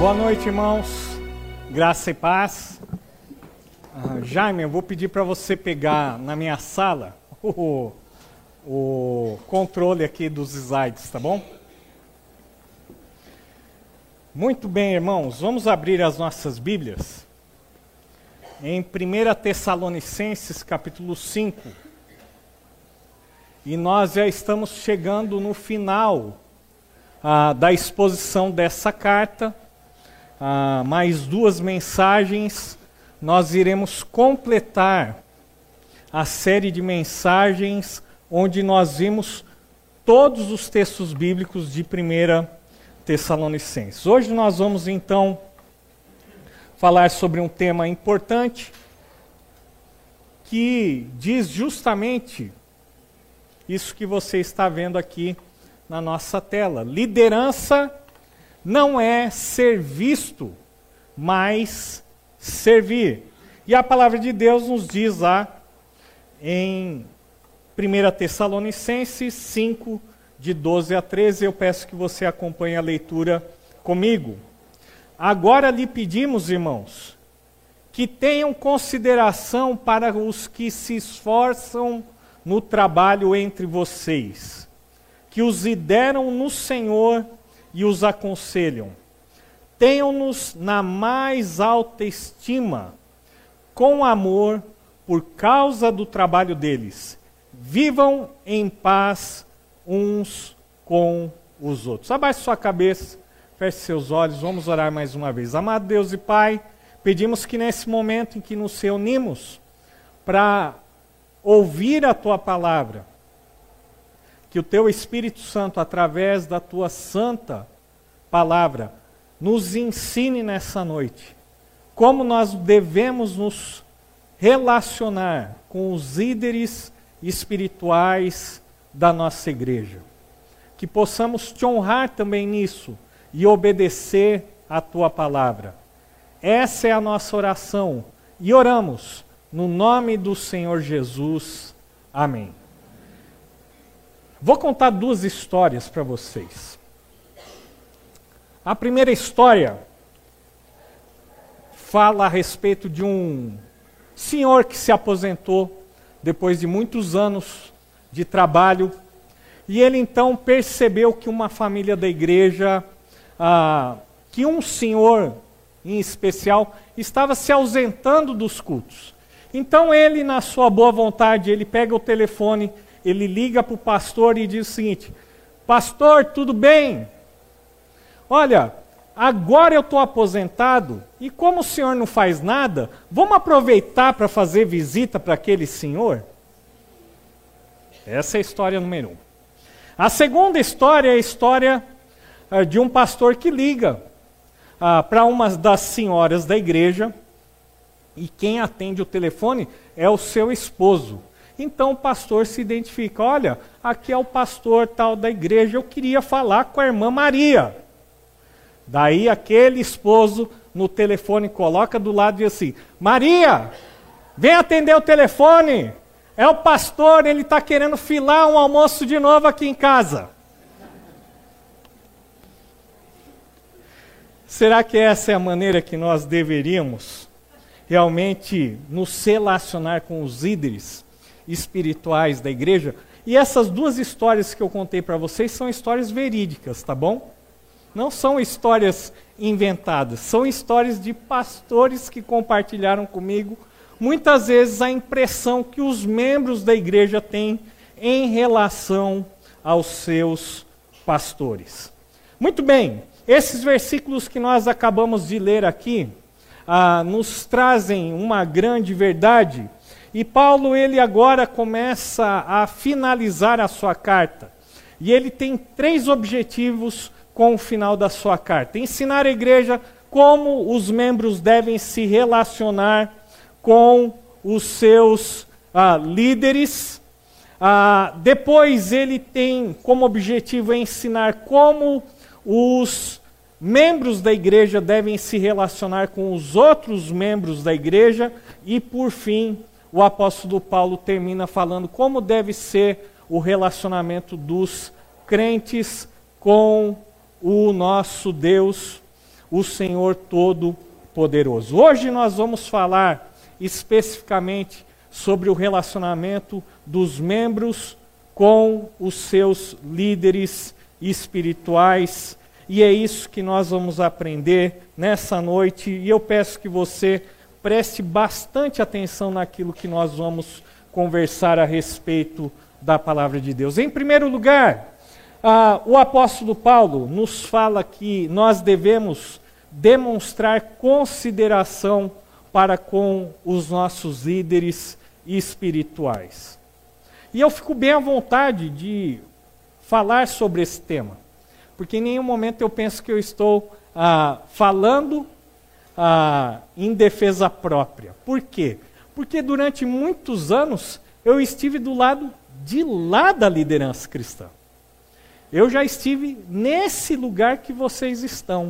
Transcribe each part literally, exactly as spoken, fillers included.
Boa noite, irmãos. Graça e paz. Ah, Jaime, eu vou pedir para você pegar na minha sala o, o controle aqui dos slides, tá bom? Muito bem, irmãos. Vamos abrir as nossas Bíblias em primeira Tessalonicenses, capítulo cinco. E nós já estamos chegando no final ah, da exposição dessa carta. Ah, mais duas mensagens, nós iremos completar a série de mensagens onde nós vimos todos os textos bíblicos de primeira Tessalonicenses. Hoje nós vamos então falar sobre um tema importante que diz justamente isso que você está vendo aqui na nossa tela. Liderança não é ser visto, mas servir. E a palavra de Deus nos diz lá em primeira Tessalonicenses cinco, de doze a treze, eu peço que você acompanhe a leitura comigo. Agora lhe pedimos, irmãos, que tenham consideração para os que se esforçam no trabalho entre vocês, que os lideram no Senhor e os aconselham. Tenham-nos na mais alta estima, com amor, por causa do trabalho deles. Vivam em paz uns com os outros. Abaixe sua cabeça, feche seus olhos, vamos orar mais uma vez. Amado Deus e Pai, pedimos que nesse momento em que nos reunimos para ouvir a Tua palavra, que o Teu Espírito Santo, através da Tua santa palavra, nos ensine nessa noite como nós devemos nos relacionar com os líderes espirituais da nossa igreja. Que possamos Te honrar também nisso e obedecer a Tua palavra. Essa é a nossa oração e oramos no nome do Senhor Jesus. Amém. Vou contar duas histórias para vocês. A primeira história fala a respeito de um senhor que se aposentou depois de muitos anos de trabalho, e ele então percebeu que uma família da igreja, ah, que um senhor em especial, estava se ausentando dos cultos. Então ele, na sua boa vontade, ele pega o telefone, ele liga para o pastor e diz o seguinte: pastor, tudo bem? Olha, agora eu estou aposentado e como o senhor não faz nada, vamos aproveitar para fazer visita para aquele senhor? Essa é a história número um. A segunda história é a história uh, de um pastor que liga uh, para uma das senhoras da igreja e quem atende o telefone é o seu esposo. Então o pastor se identifica: olha, aqui é o pastor tal da igreja, eu queria falar com a irmã Maria. Daí aquele esposo no telefone coloca do lado e diz assim: Maria, vem atender o telefone, é o pastor, ele está querendo filar um almoço de novo aqui em casa. Será que essa é a maneira que nós deveríamos realmente nos relacionar com os líderes espirituais da igreja? E essas duas histórias que eu contei para vocês são histórias verídicas, tá bom? Não são histórias inventadas, são histórias de pastores que compartilharam comigo, muitas vezes, a impressão que os membros da igreja têm em relação aos seus pastores. Muito bem, esses versículos que nós acabamos de ler aqui, ah, nos trazem uma grande verdade. E Paulo, ele agora começa a finalizar a sua carta. E ele tem três objetivos com o final da sua carta: ensinar a igreja como os membros devem se relacionar com os seus ah, líderes. Ah, depois ele tem como objetivo ensinar como os membros da igreja devem se relacionar com os outros membros da igreja. E por fim, o apóstolo Paulo termina falando como deve ser o relacionamento dos crentes com o nosso Deus. o Senhor Todo-Poderoso. Hoje nós vamos falar especificamente sobre o relacionamento dos membros com os seus líderes espirituais, e é isso que nós vamos aprender nessa noite, e eu peço que você preste bastante atenção naquilo que nós vamos conversar a respeito da palavra de Deus. Em primeiro lugar, ah, o apóstolo Paulo nos fala que nós devemos demonstrar consideração para com os nossos líderes espirituais. E eu fico bem à vontade de falar sobre esse tema, porque em nenhum momento eu penso que eu estou ah, falando ah, em defesa própria. Por quê? Porque durante muitos anos eu estive do lado de lá da liderança cristã. Eu já estive nesse lugar que vocês estão,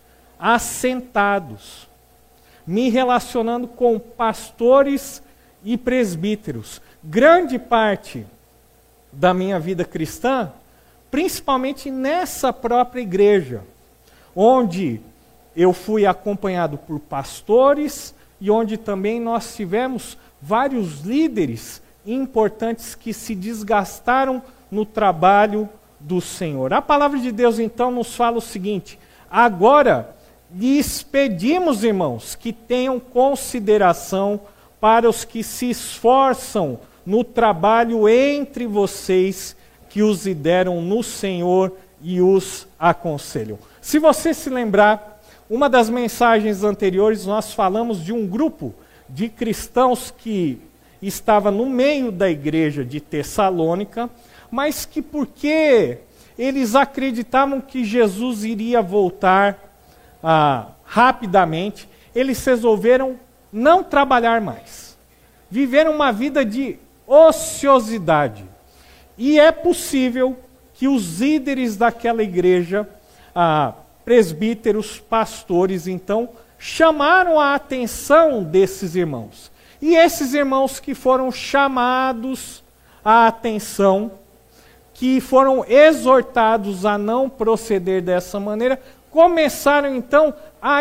assentados, me relacionando com pastores e presbíteros. Grande parte da minha vida cristã, principalmente nessa própria igreja, onde eu fui acompanhado por pastores e onde também nós tivemos vários líderes importantes que se desgastaram no trabalho do Senhor. A palavra de Deus então nos fala o seguinte: agora lhes pedimos, irmãos, que tenham consideração para os que se esforçam no trabalho entre vocês, que os lideram no Senhor e os aconselham. Se você se lembrar, uma das mensagens anteriores nós falamos de um grupo de cristãos que estava no meio da igreja de Tessalônica, mas que porque eles acreditavam que Jesus iria voltar ah, rapidamente, eles resolveram não trabalhar mais. Viveram uma vida de ociosidade. E é possível que os líderes daquela igreja, ah, presbíteros, pastores, então, chamaram a atenção desses irmãos. E esses irmãos que foram chamados à atenção, que foram exortados a não proceder dessa maneira, começaram então a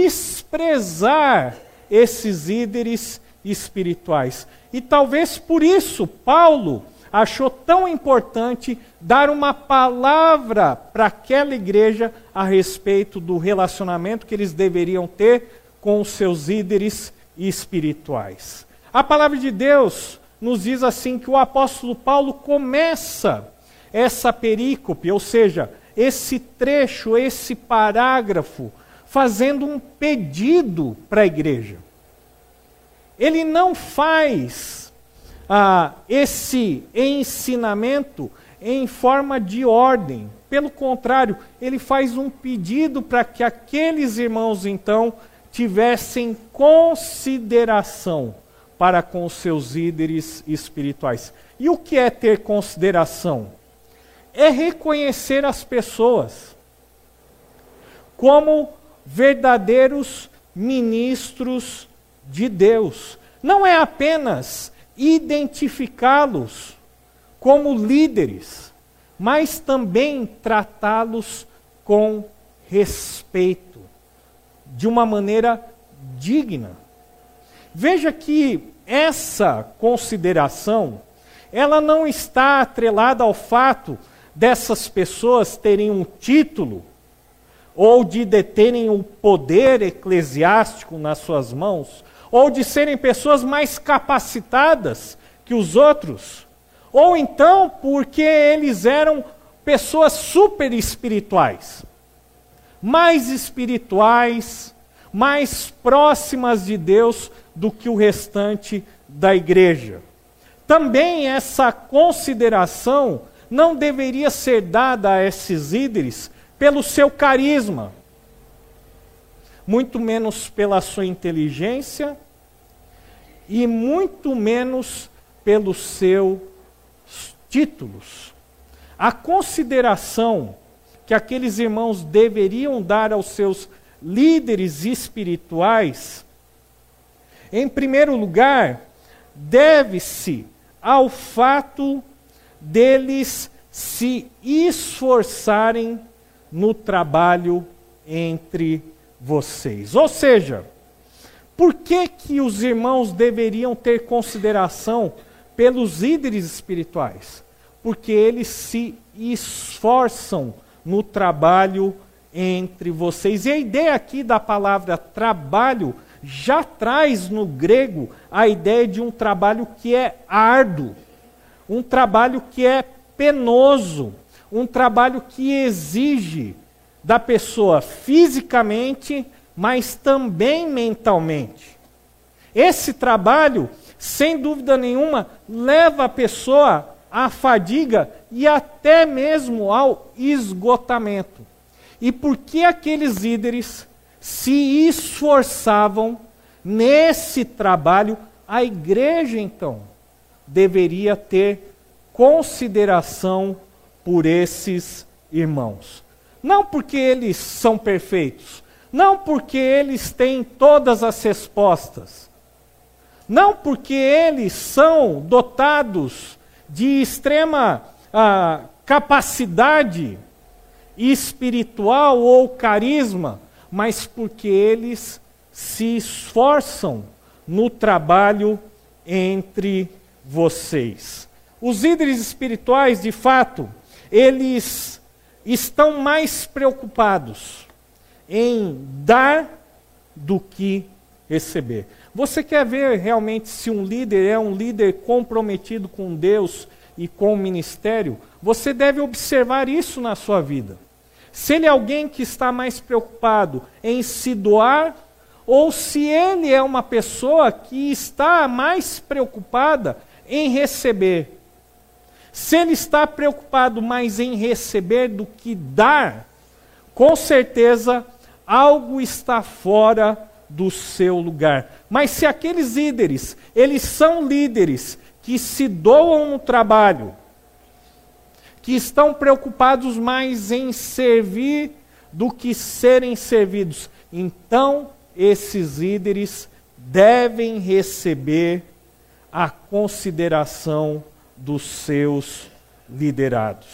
desprezar esses líderes espirituais. E talvez por isso Paulo achou tão importante dar uma palavra para aquela igreja a respeito do relacionamento que eles deveriam ter com os seus líderes espirituais. A palavra de Deus nos diz assim que o apóstolo Paulo começa essa perícope, ou seja, esse trecho, esse parágrafo, fazendo um pedido para a igreja. Ele não faz ah, esse ensinamento em forma de ordem. Pelo contrário, ele faz um pedido para que aqueles irmãos, então, tivessem consideração para com os seus líderes espirituais. E o que é ter consideração? É reconhecer as pessoas como verdadeiros ministros de Deus. Não é apenas identificá-los como líderes, mas também tratá-los com respeito, de uma maneira digna. Veja que essa consideração, ela não está atrelada ao fato dessas pessoas terem um título ou de deterem o poder eclesiástico nas suas mãos, ou de serem pessoas mais capacitadas que os outros, ou então porque eles eram pessoas super espirituais, mais espirituais, mais próximas de Deus do que o restante da igreja. Também essa consideração não deveria ser dada a esses líderes pelo seu carisma, muito menos pela sua inteligência e muito menos pelos seus títulos. A consideração que aqueles irmãos deveriam dar aos seus líderes espirituais, em primeiro lugar, deve-se ao fato deles se esforçarem no trabalho entre vocês. Ou seja, por que que os irmãos deveriam ter consideração pelos líderes espirituais? Porque eles se esforçam no trabalho entre vocês. E a ideia aqui da palavra trabalho já traz no grego a ideia de um trabalho que é árduo, um trabalho que é penoso, um trabalho que exige da pessoa fisicamente, mas também mentalmente. Esse trabalho, sem dúvida nenhuma, leva a pessoa à fadiga e até mesmo ao esgotamento. E por que aqueles líderes se esforçavam nesse trabalho, a igreja, então, deveria ter consideração por esses irmãos. Não porque eles são perfeitos, não porque eles têm todas as respostas, não porque eles são dotados de extrema ah, capacidade espiritual ou carisma, mas porque eles se esforçam no trabalho entre vocês. Os líderes espirituais, de fato, eles estão mais preocupados em dar do que receber. Você quer ver realmente se um líder é um líder comprometido com Deus e com o ministério? Você deve observar isso na sua vida. Se ele é alguém que está mais preocupado em se doar, ou se ele é uma pessoa que está mais preocupada em receber. Se ele está preocupado mais em receber do que dar, com certeza algo está fora do seu lugar. Mas se aqueles líderes, eles são líderes que se doam no trabalho, que estão preocupados mais em servir do que serem servidos, então esses líderes devem receber a consideração dos seus liderados.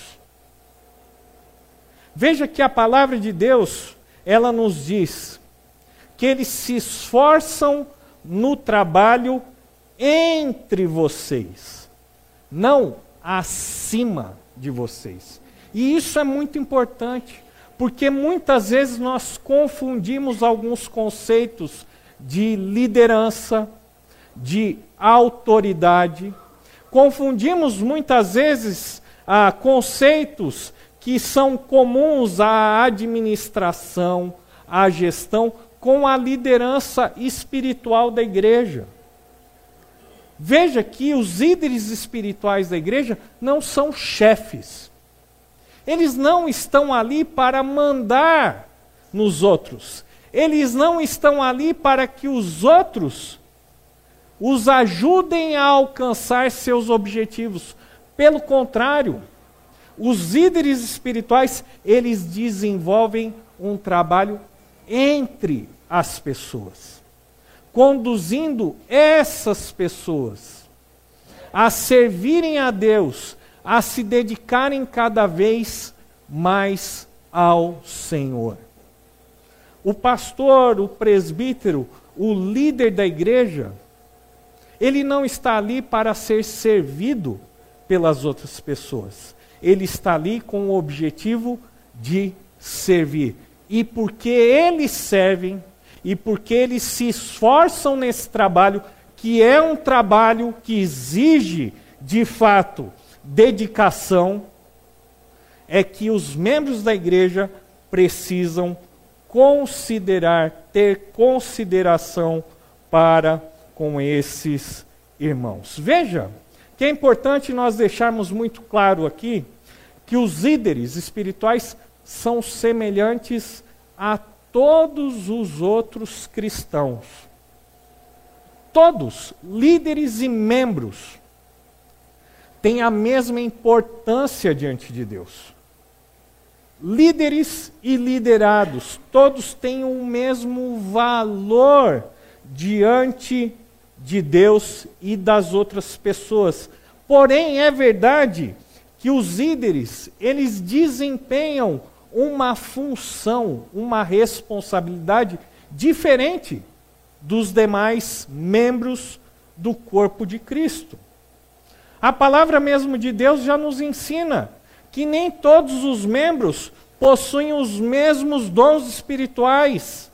Veja que a palavra de Deus, ela nos diz que eles se esforçam no trabalho entre vocês, não acima de vocês. E isso é muito importante, porque muitas vezes nós confundimos alguns conceitos de liderança, de autoridade, confundimos muitas vezes ah, conceitos que são comuns à administração, à gestão, com a liderança espiritual da igreja. Veja que os líderes espirituais da igreja não são chefes. Eles não estão ali para mandar nos outros. Eles não estão ali para que os outros os ajudem a alcançar seus objetivos. Pelo contrário, os líderes espirituais, eles desenvolvem um trabalho entre as pessoas, conduzindo essas pessoas a servirem a Deus, a se dedicarem cada vez mais ao Senhor. O pastor, o presbítero, o líder da igreja, ele não está ali para ser servido pelas outras pessoas. Ele está ali com o objetivo de servir. E porque eles servem, e porque eles se esforçam nesse trabalho, que é um trabalho que exige, de fato, dedicação, é que os membros da igreja precisam considerar, ter consideração para com esses irmãos. Veja que é importante nós deixarmos muito claro aqui que os líderes espirituais são semelhantes a todos os outros cristãos. Todos, líderes e membros, têm a mesma importância diante de Deus. Líderes e liderados, todos têm o mesmo valor diante de Deus e das outras pessoas. Porém, é verdade que os líderes, eles desempenham uma função, uma responsabilidade diferente dos demais membros do corpo de Cristo. A palavra mesmo de Deus já nos ensina que nem todos os membros possuem os mesmos dons espirituais.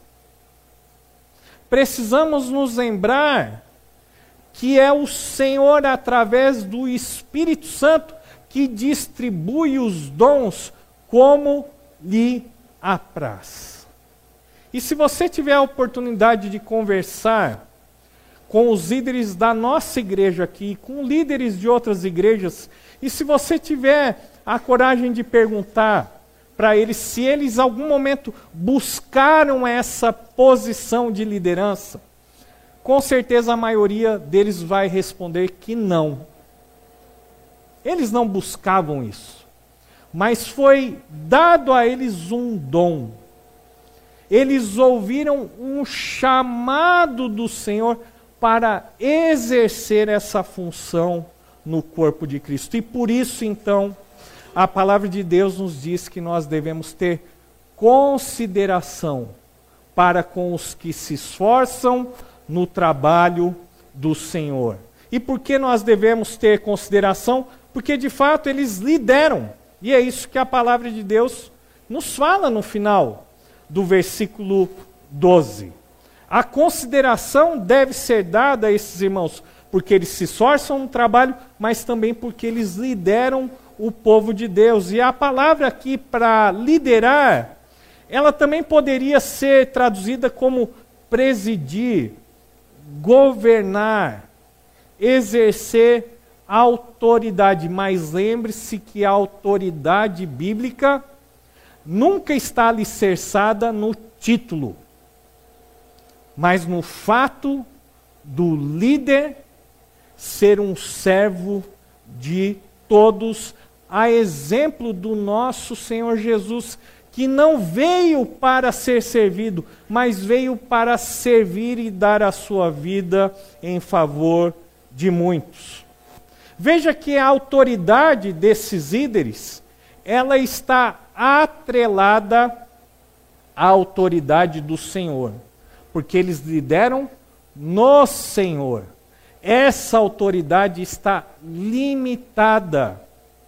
Precisamos nos lembrar que é o Senhor, através do Espírito Santo, que distribui os dons como lhe apraz. E se você tiver a oportunidade de conversar com os líderes da nossa igreja aqui, com líderes de outras igrejas, e se você tiver a coragem de perguntar para eles se eles, em algum momento, buscaram essa posição de liderança, com certeza a maioria deles vai responder que não. Eles não buscavam isso, mas foi dado a eles um dom. Eles ouviram um chamado do Senhor para exercer essa função no corpo de Cristo. E por isso, então, a palavra de Deus nos diz que nós devemos ter consideração para com os que se esforçam no trabalho do Senhor. E por que nós devemos ter consideração? Porque, de fato, eles lideram. E é isso que a palavra de Deus nos fala no final do versículo doze. A consideração deve ser dada a esses irmãos, porque eles se esforçam no trabalho, mas também porque eles lideram o povo de Deus. E a palavra aqui para liderar, ela também poderia ser traduzida como presidir, governar, exercer autoridade. Mas lembre-se que a autoridade bíblica nunca está alicerçada no título, mas no fato do líder ser um servo de todos, a exemplo do nosso Senhor Jesus, que não veio para ser servido, mas veio para servir e dar a sua vida em favor de muitos. Veja que a autoridade desses líderes, ela está atrelada à autoridade do Senhor, porque eles lideram no Senhor. Essa autoridade está limitada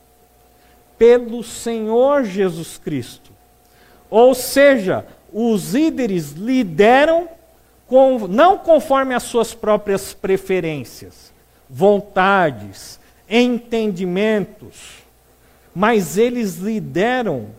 pelo Senhor Jesus Cristo. Ou seja, os líderes lideram com, não conforme as suas próprias preferências, vontades, entendimentos, mas eles lideram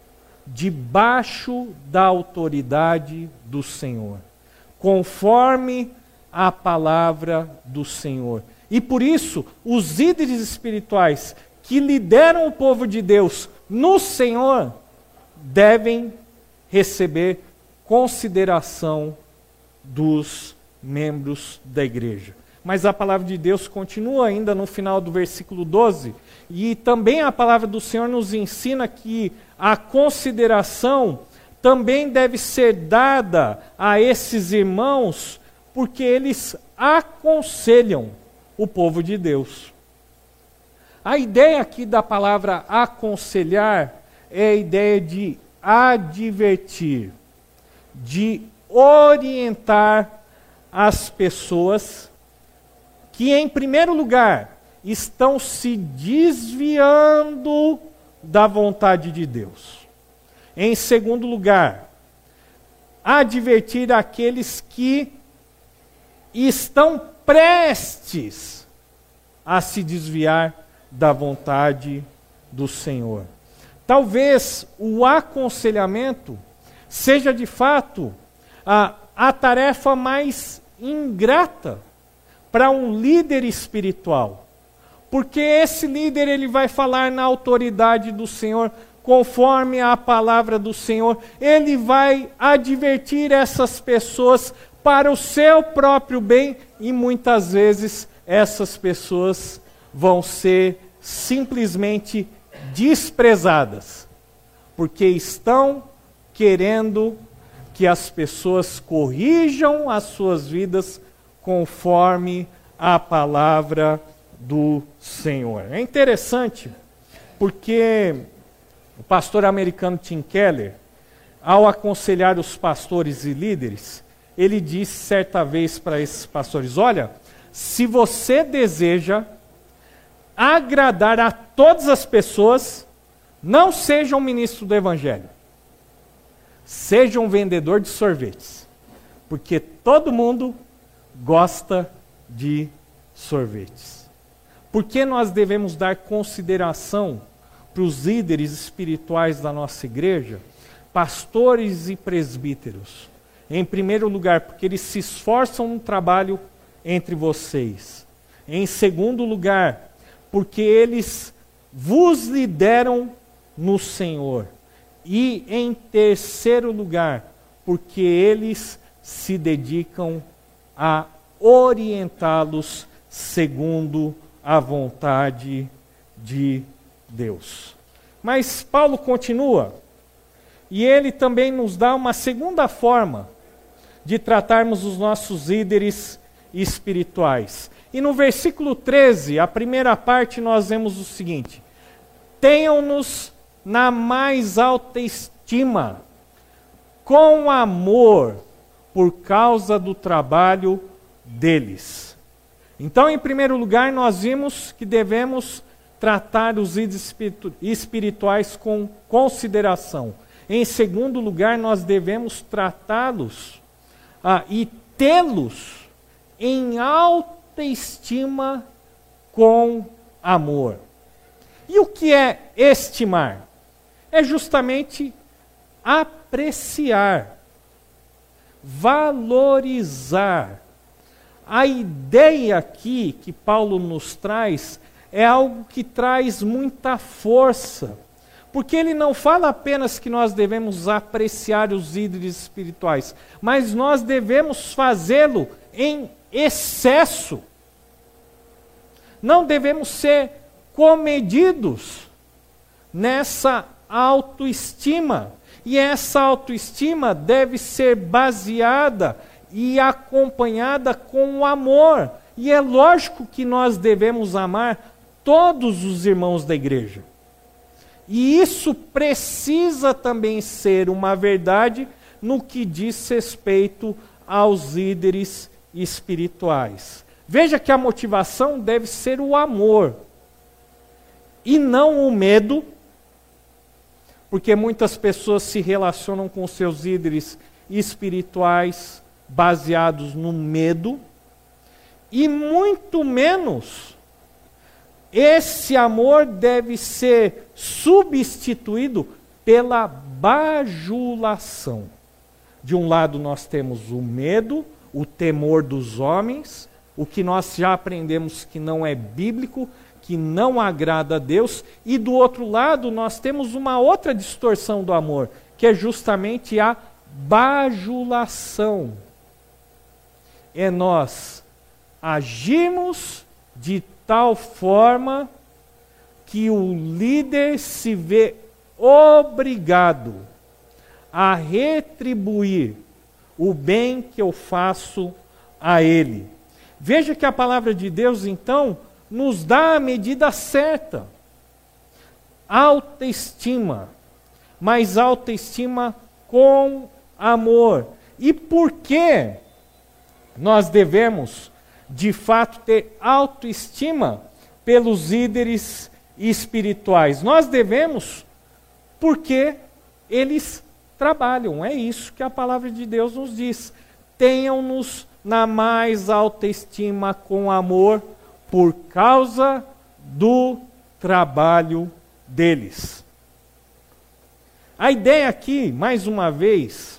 debaixo da autoridade do Senhor, conforme a palavra do Senhor. E por isso, os líderes espirituais que lideram o povo de Deus no Senhor devem receber consideração dos membros da igreja. Mas a palavra de Deus continua ainda no final do versículo doze, e também a palavra do Senhor nos ensina que a consideração também deve ser dada a esses irmãos, porque eles aconselham o povo de Deus. A ideia aqui da palavra aconselhar é a ideia de advertir, de orientar as pessoas que, em primeiro lugar, estão se desviando da vontade de Deus. Em segundo lugar, advertir aqueles que estão prestes a se desviar da vontade do Senhor. Talvez o aconselhamento seja de fato a, a tarefa mais ingrata para um líder espiritual, porque esse líder ele vai falar na autoridade do Senhor, conforme a palavra do Senhor, ele vai advertir essas pessoas para o seu próprio bem, e muitas vezes essas pessoas vão ser simplesmente desprezadas, porque estão querendo que as pessoas corrijam as suas vidas conforme a palavra do Senhor. É interessante, porque o pastor americano Tim Keller, ao aconselhar os pastores e líderes, ele disse certa vez para esses pastores: olha, se você deseja agradar a todas as pessoas, não seja um ministro do evangelho, seja um vendedor de sorvetes, porque todo mundo gosta de sorvetes. Por que nós devemos dar consideração para os líderes espirituais da nossa igreja, pastores e presbíteros? Em primeiro lugar, porque eles se esforçam no trabalho entre vocês. Em segundo lugar, porque eles vos lideram no Senhor. E em terceiro lugar, porque eles se dedicam a orientá-los segundo a vontade de Deus. Mas Paulo continua, e ele também nos dá uma segunda forma de tratarmos os nossos líderes espirituais. E no versículo treze, a primeira parte, nós vemos o seguinte: tenham-nos na mais alta estima, com amor, por causa do trabalho deles. Então, em primeiro lugar, nós vimos que devemos tratar os líderes espirituais com consideração. Em segundo lugar, nós devemos tratá-los ah, e tê-los em alta estima com amor. E o que é estimar? É justamente apreciar, valorizar. A ideia aqui que Paulo nos traz é algo que traz muita força, porque ele não fala apenas que nós devemos apreciar os líderes espirituais, mas nós devemos fazê-lo em excesso. Não devemos ser comedidos nessa autoestima. E essa autoestima deve ser baseada e acompanhada com o amor. E é lógico que nós devemos amar todos os irmãos da igreja. E isso precisa também ser uma verdade no que diz respeito aos líderes espirituais. Veja que a motivação deve ser o amor e não o medo, porque muitas pessoas se relacionam com seus líderes espirituais baseados no medo, e muito menos esse amor deve ser substituído pela bajulação. De um lado nós temos o medo, o temor dos homens, o que nós já aprendemos que não é bíblico, que não agrada a Deus, e do outro lado nós temos uma outra distorção do amor, que é justamente a bajulação. É nós agimos de tal forma que o líder se vê obrigado a retribuir o bem que eu faço a ele. Veja que a palavra de Deus, então, nos dá a medida certa. Autoestima, mas autoestima com amor. E por que nós devemos, de fato, ter autoestima pelos líderes espirituais? Nós devemos porque eles trabalham. É isso que a palavra de Deus nos diz. Tenham-nos na mais alta estima com amor, por causa do trabalho deles. A ideia aqui, mais uma vez,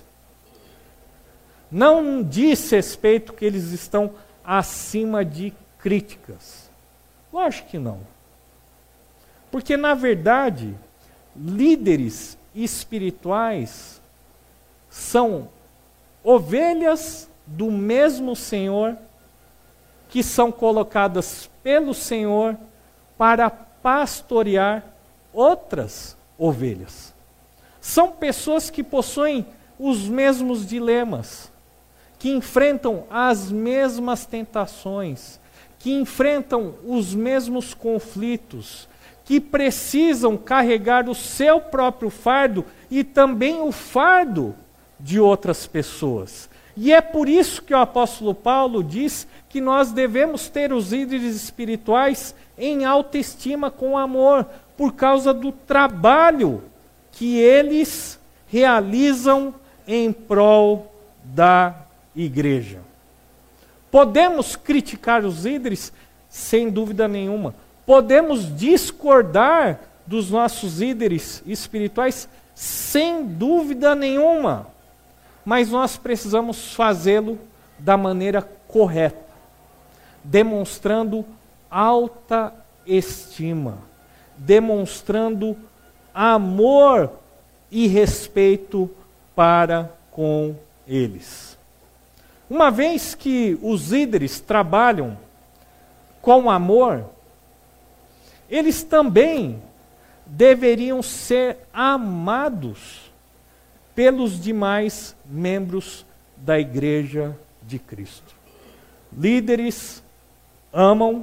não diz respeito que eles estão acima de críticas. Lógico que não. Porque, na verdade, líderes espirituais são ovelhas do mesmo Senhor, que são colocadas pelo Senhor para pastorear outras ovelhas. São pessoas que possuem os mesmos dilemas, que enfrentam as mesmas tentações, que enfrentam os mesmos conflitos, que precisam carregar o seu próprio fardo e também o fardo de outras pessoas. E é por isso que o apóstolo Paulo diz que nós devemos ter os líderes espirituais em alta estima com amor, por causa do trabalho que eles realizam em prol da igreja. Podemos criticar os líderes? Sem dúvida nenhuma. Podemos discordar dos nossos líderes espirituais? Sem dúvida nenhuma. Mas nós precisamos fazê-lo da maneira correta, demonstrando alta estima, demonstrando amor e respeito para com eles. Uma vez que os líderes trabalham com amor, eles também deveriam ser amados pelos demais membros da Igreja de Cristo. Líderes amam,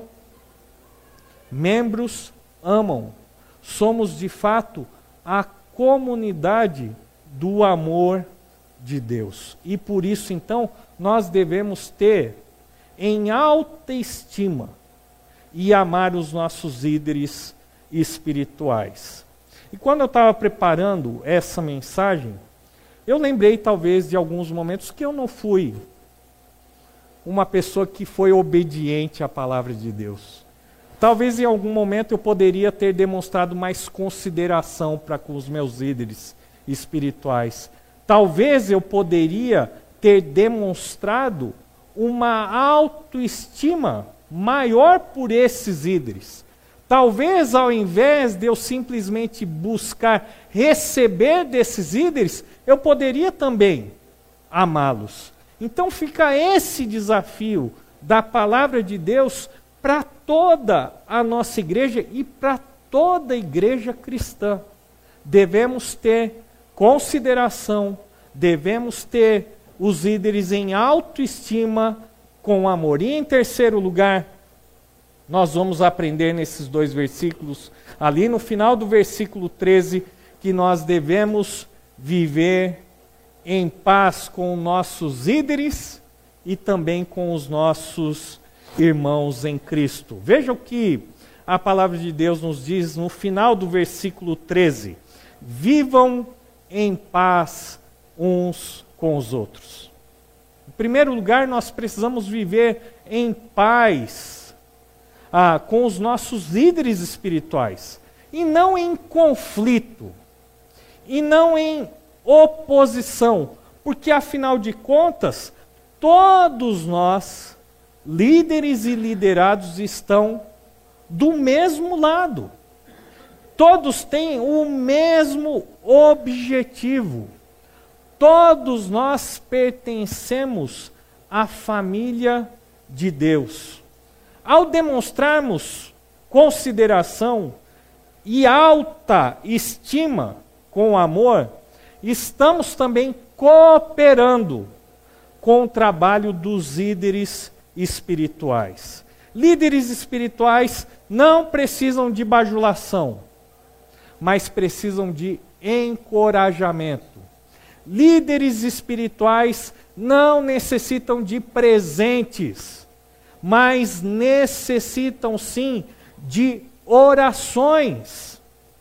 membros amam. Somos, de fato, a comunidade do amor de Deus. E por isso, então, nós devemos ter em alta estima e amar os nossos líderes espirituais. E quando eu estava preparando essa mensagem, eu lembrei talvez de alguns momentos que eu não fui uma pessoa que foi obediente à palavra de Deus. Talvez em algum momento eu poderia ter demonstrado mais consideração para com os meus líderes espirituais. Talvez eu poderia ter demonstrado uma autoestima maior por esses líderes. Talvez ao invés de eu simplesmente buscar receber desses líderes, eu poderia também amá-los. Então fica esse desafio da palavra de Deus para toda a nossa igreja e para toda a igreja cristã. Devemos ter consideração, devemos ter os líderes em autoestima com amor. E em terceiro lugar, nós vamos aprender nesses dois versículos, ali no final do versículo treze, que nós devemos viver em paz com nossos líderes e também com os nossos irmãos em Cristo. Veja o que a palavra de Deus nos diz no final do versículo treze. Vivam em paz uns com os outros. Em primeiro lugar, nós precisamos viver em paz ah, com os nossos líderes espirituais, e não em conflito, e não em oposição, porque afinal de contas, todos nós, líderes e liderados, estão do mesmo lado. Todos têm o mesmo objetivo. Todos nós pertencemos à família de Deus. Ao demonstrarmos consideração e alta estima com amor, estamos também cooperando com o trabalho dos líderes espirituais. Líderes espirituais não precisam de bajulação, mas precisam de encorajamento. Líderes espirituais não necessitam de presentes, mas necessitam sim de orações.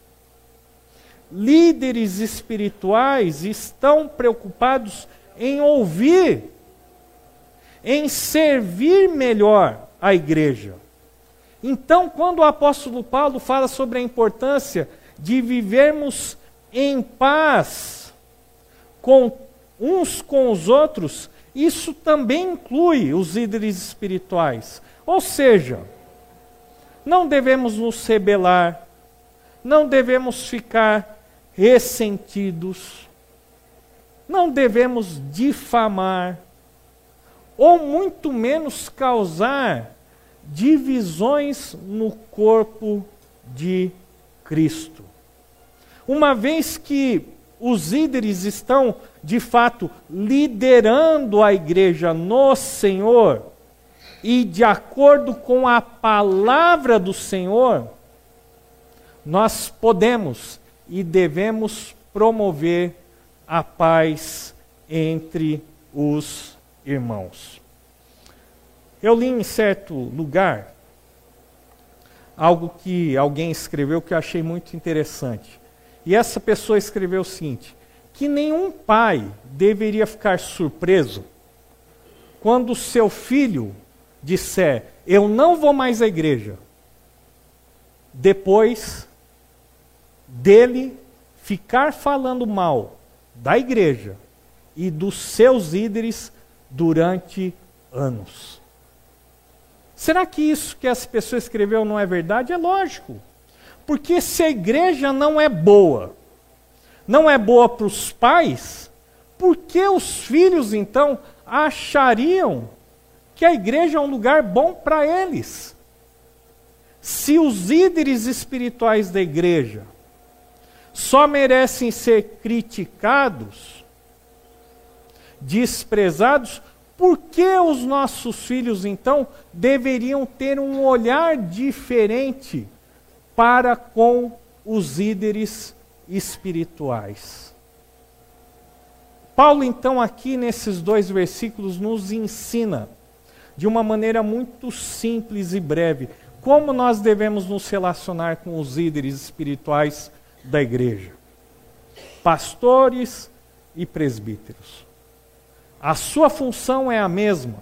Líderes espirituais estão preocupados em ouvir, em servir melhor a igreja. Então, quando o apóstolo Paulo fala sobre a importância de vivermos em paz com uns com os outros, isso também inclui os líderes espirituais. Ou seja, não devemos nos rebelar, não devemos ficar ressentidos, não devemos difamar, ou muito menos causar divisões no corpo de Cristo. Uma vez que os líderes estão, de fato, liderando a igreja no Senhor, e de acordo com a palavra do Senhor, nós podemos e devemos promover a paz entre os irmãos. Eu li em certo lugar algo que alguém escreveu que eu achei muito interessante. E essa pessoa escreveu o seguinte: que nenhum pai deveria ficar surpreso quando seu filho disser, eu não vou mais à igreja, depois dele ficar falando mal da igreja e dos seus líderes durante anos. Será que isso que essa pessoa escreveu não é verdade? É lógico. Porque se a igreja não é boa, não é boa para os pais, por que os filhos, então, achariam que a igreja é um lugar bom para eles? Se os líderes espirituais da igreja só merecem ser criticados, desprezados, por que os nossos filhos, então, deveriam ter um olhar diferente para com os líderes espirituais? Paulo, então, aqui nesses dois versículos, nos ensina, de uma maneira muito simples e breve, como nós devemos nos relacionar com os líderes espirituais da igreja. Pastores e presbíteros. A sua função é a mesma.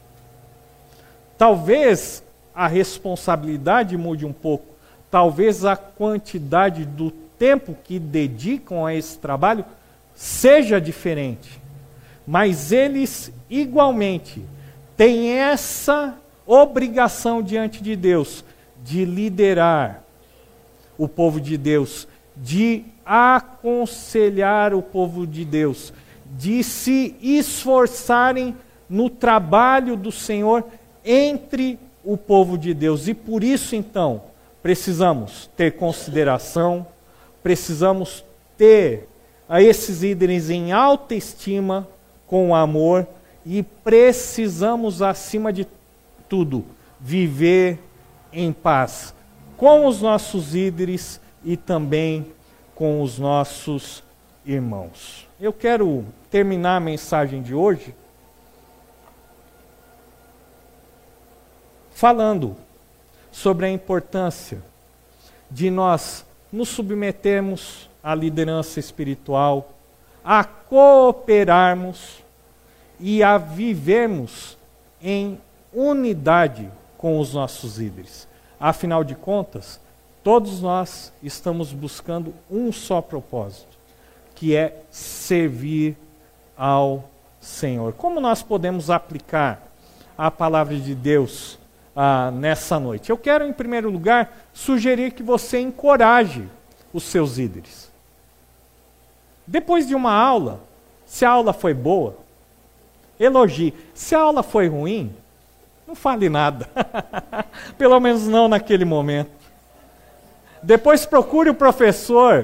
Talvez a responsabilidade mude um pouco, talvez a quantidade do tempo que dedicam a esse trabalho seja diferente, mas eles igualmente têm essa obrigação diante de Deus de liderar o povo de Deus, de aconselhar o povo de Deus, de se esforçarem no trabalho do Senhor entre o povo de Deus. E por isso, então, precisamos ter consideração, precisamos ter a esses líderes em alta estima, com amor, e precisamos, acima de tudo, viver em paz com os nossos líderes e também com os nossos irmãos. Eu quero terminar a mensagem de hoje falando sobre a importância de nós nos submetermos à liderança espiritual, a cooperarmos e a vivermos em unidade com os nossos líderes. Afinal de contas, todos nós estamos buscando um só propósito, que é servir ao Senhor. Como nós podemos aplicar a palavra de Deus ah, nessa noite? Eu quero, em primeiro lugar, sugerir que você encoraje os seus líderes. Depois de uma aula, se a aula foi boa, elogie. Se a aula foi ruim, não fale nada. Pelo menos não naquele momento. Depois procure o professor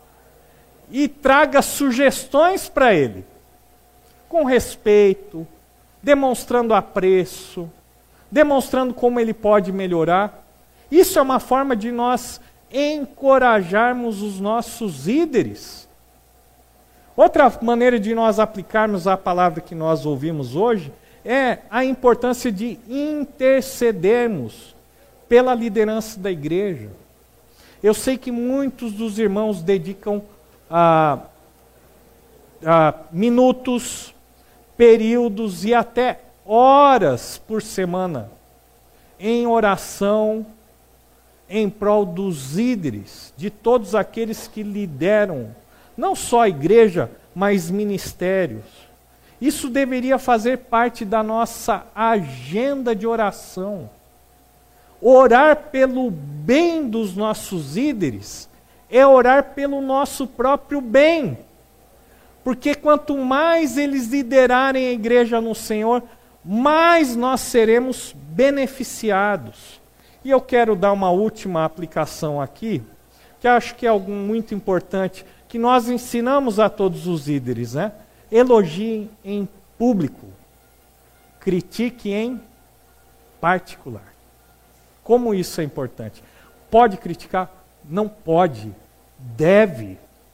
e traga sugestões para ele, com respeito, demonstrando apreço, demonstrando como ele pode melhorar. Isso é uma forma de nós encorajarmos os nossos líderes. Outra maneira de nós aplicarmos a palavra que nós ouvimos hoje é a importância de intercedermos pela liderança da igreja. Eu sei que muitos dos irmãos dedicam ah, ah, minutos, períodos e até horas por semana em oração em prol dos líderes, de todos aqueles que lideram, não só a igreja, mas ministérios. Isso deveria fazer parte da nossa agenda de oração. Orar pelo bem dos nossos líderes é orar pelo nosso próprio bem. Porque quanto mais eles liderarem a igreja no Senhor, mais nós seremos beneficiados. E eu quero dar uma última aplicação aqui, que acho que é algo muito importante, que nós ensinamos a todos os líderes, né? Elogiem em público, critique em particular. Como isso é importante? Pode criticar? Não pode, deve.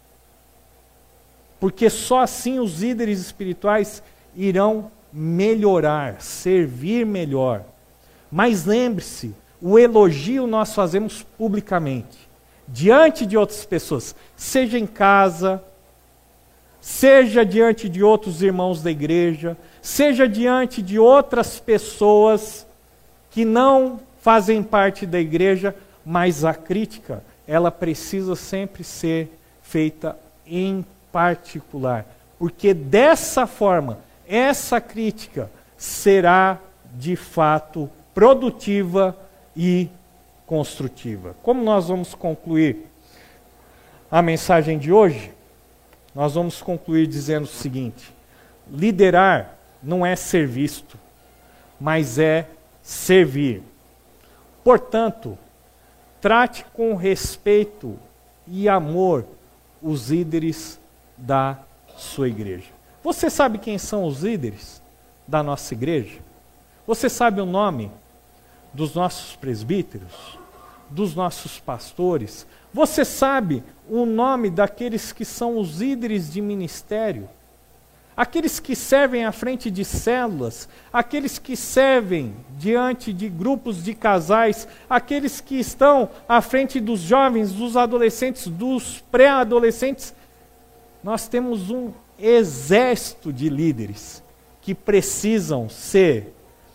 Porque só assim os líderes espirituais irão melhorar, servir melhor. Mas lembre-se, o elogio nós fazemos publicamente, diante de outras pessoas, seja em casa, seja diante de outros irmãos da igreja, seja diante de outras pessoas que não fazem parte da igreja, mas a crítica, ela precisa sempre ser feita em particular, porque dessa forma, essa crítica será de fato produtiva e construtiva. Como nós vamos concluir a mensagem de hoje? Nós vamos concluir dizendo o seguinte: liderar não é ser visto, mas é servir. Portanto, trate com respeito e amor os líderes da sua igreja. Você sabe quem são os líderes da nossa igreja? Você sabe o nome dos nossos presbíteros, dos nossos pastores? Você sabe o nome daqueles que são os líderes de ministério? Aqueles que servem à frente de células, aqueles que servem diante de grupos de casais, aqueles que estão à frente dos jovens, dos adolescentes, dos pré-adolescentes. Nós temos um exército de líderes que precisam ser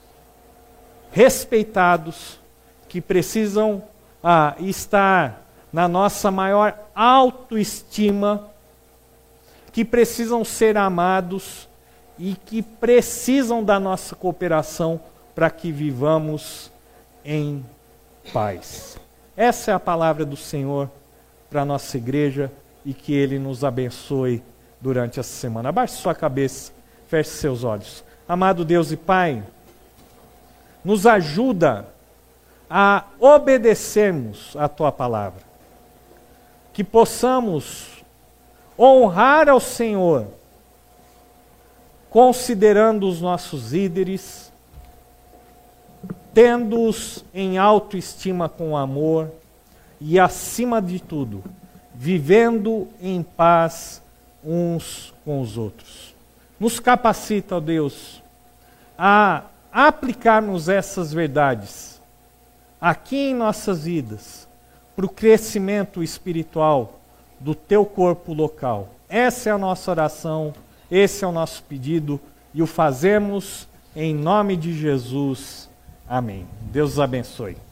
respeitados, que precisam ah, estar na nossa maior autoestima, que precisam ser amados e que precisam da nossa cooperação para que vivamos em paz. Essa é a palavra do Senhor para a nossa igreja e que Ele nos abençoe durante essa semana. Abaixe sua cabeça, feche seus olhos. Amado Deus e Pai, nos ajuda a obedecermos a Tua palavra. Que possamos honrar ao Senhor, considerando os nossos líderes, tendo-os em autoestima com amor e, acima de tudo, vivendo em paz uns com os outros. Nos capacita, ó Deus, a aplicarmos essas verdades aqui em nossas vidas, para o crescimento espiritual do Teu corpo local. Essa é a nossa oração, esse é o nosso pedido, e o fazemos em nome de Jesus. Amém. Deus os abençoe.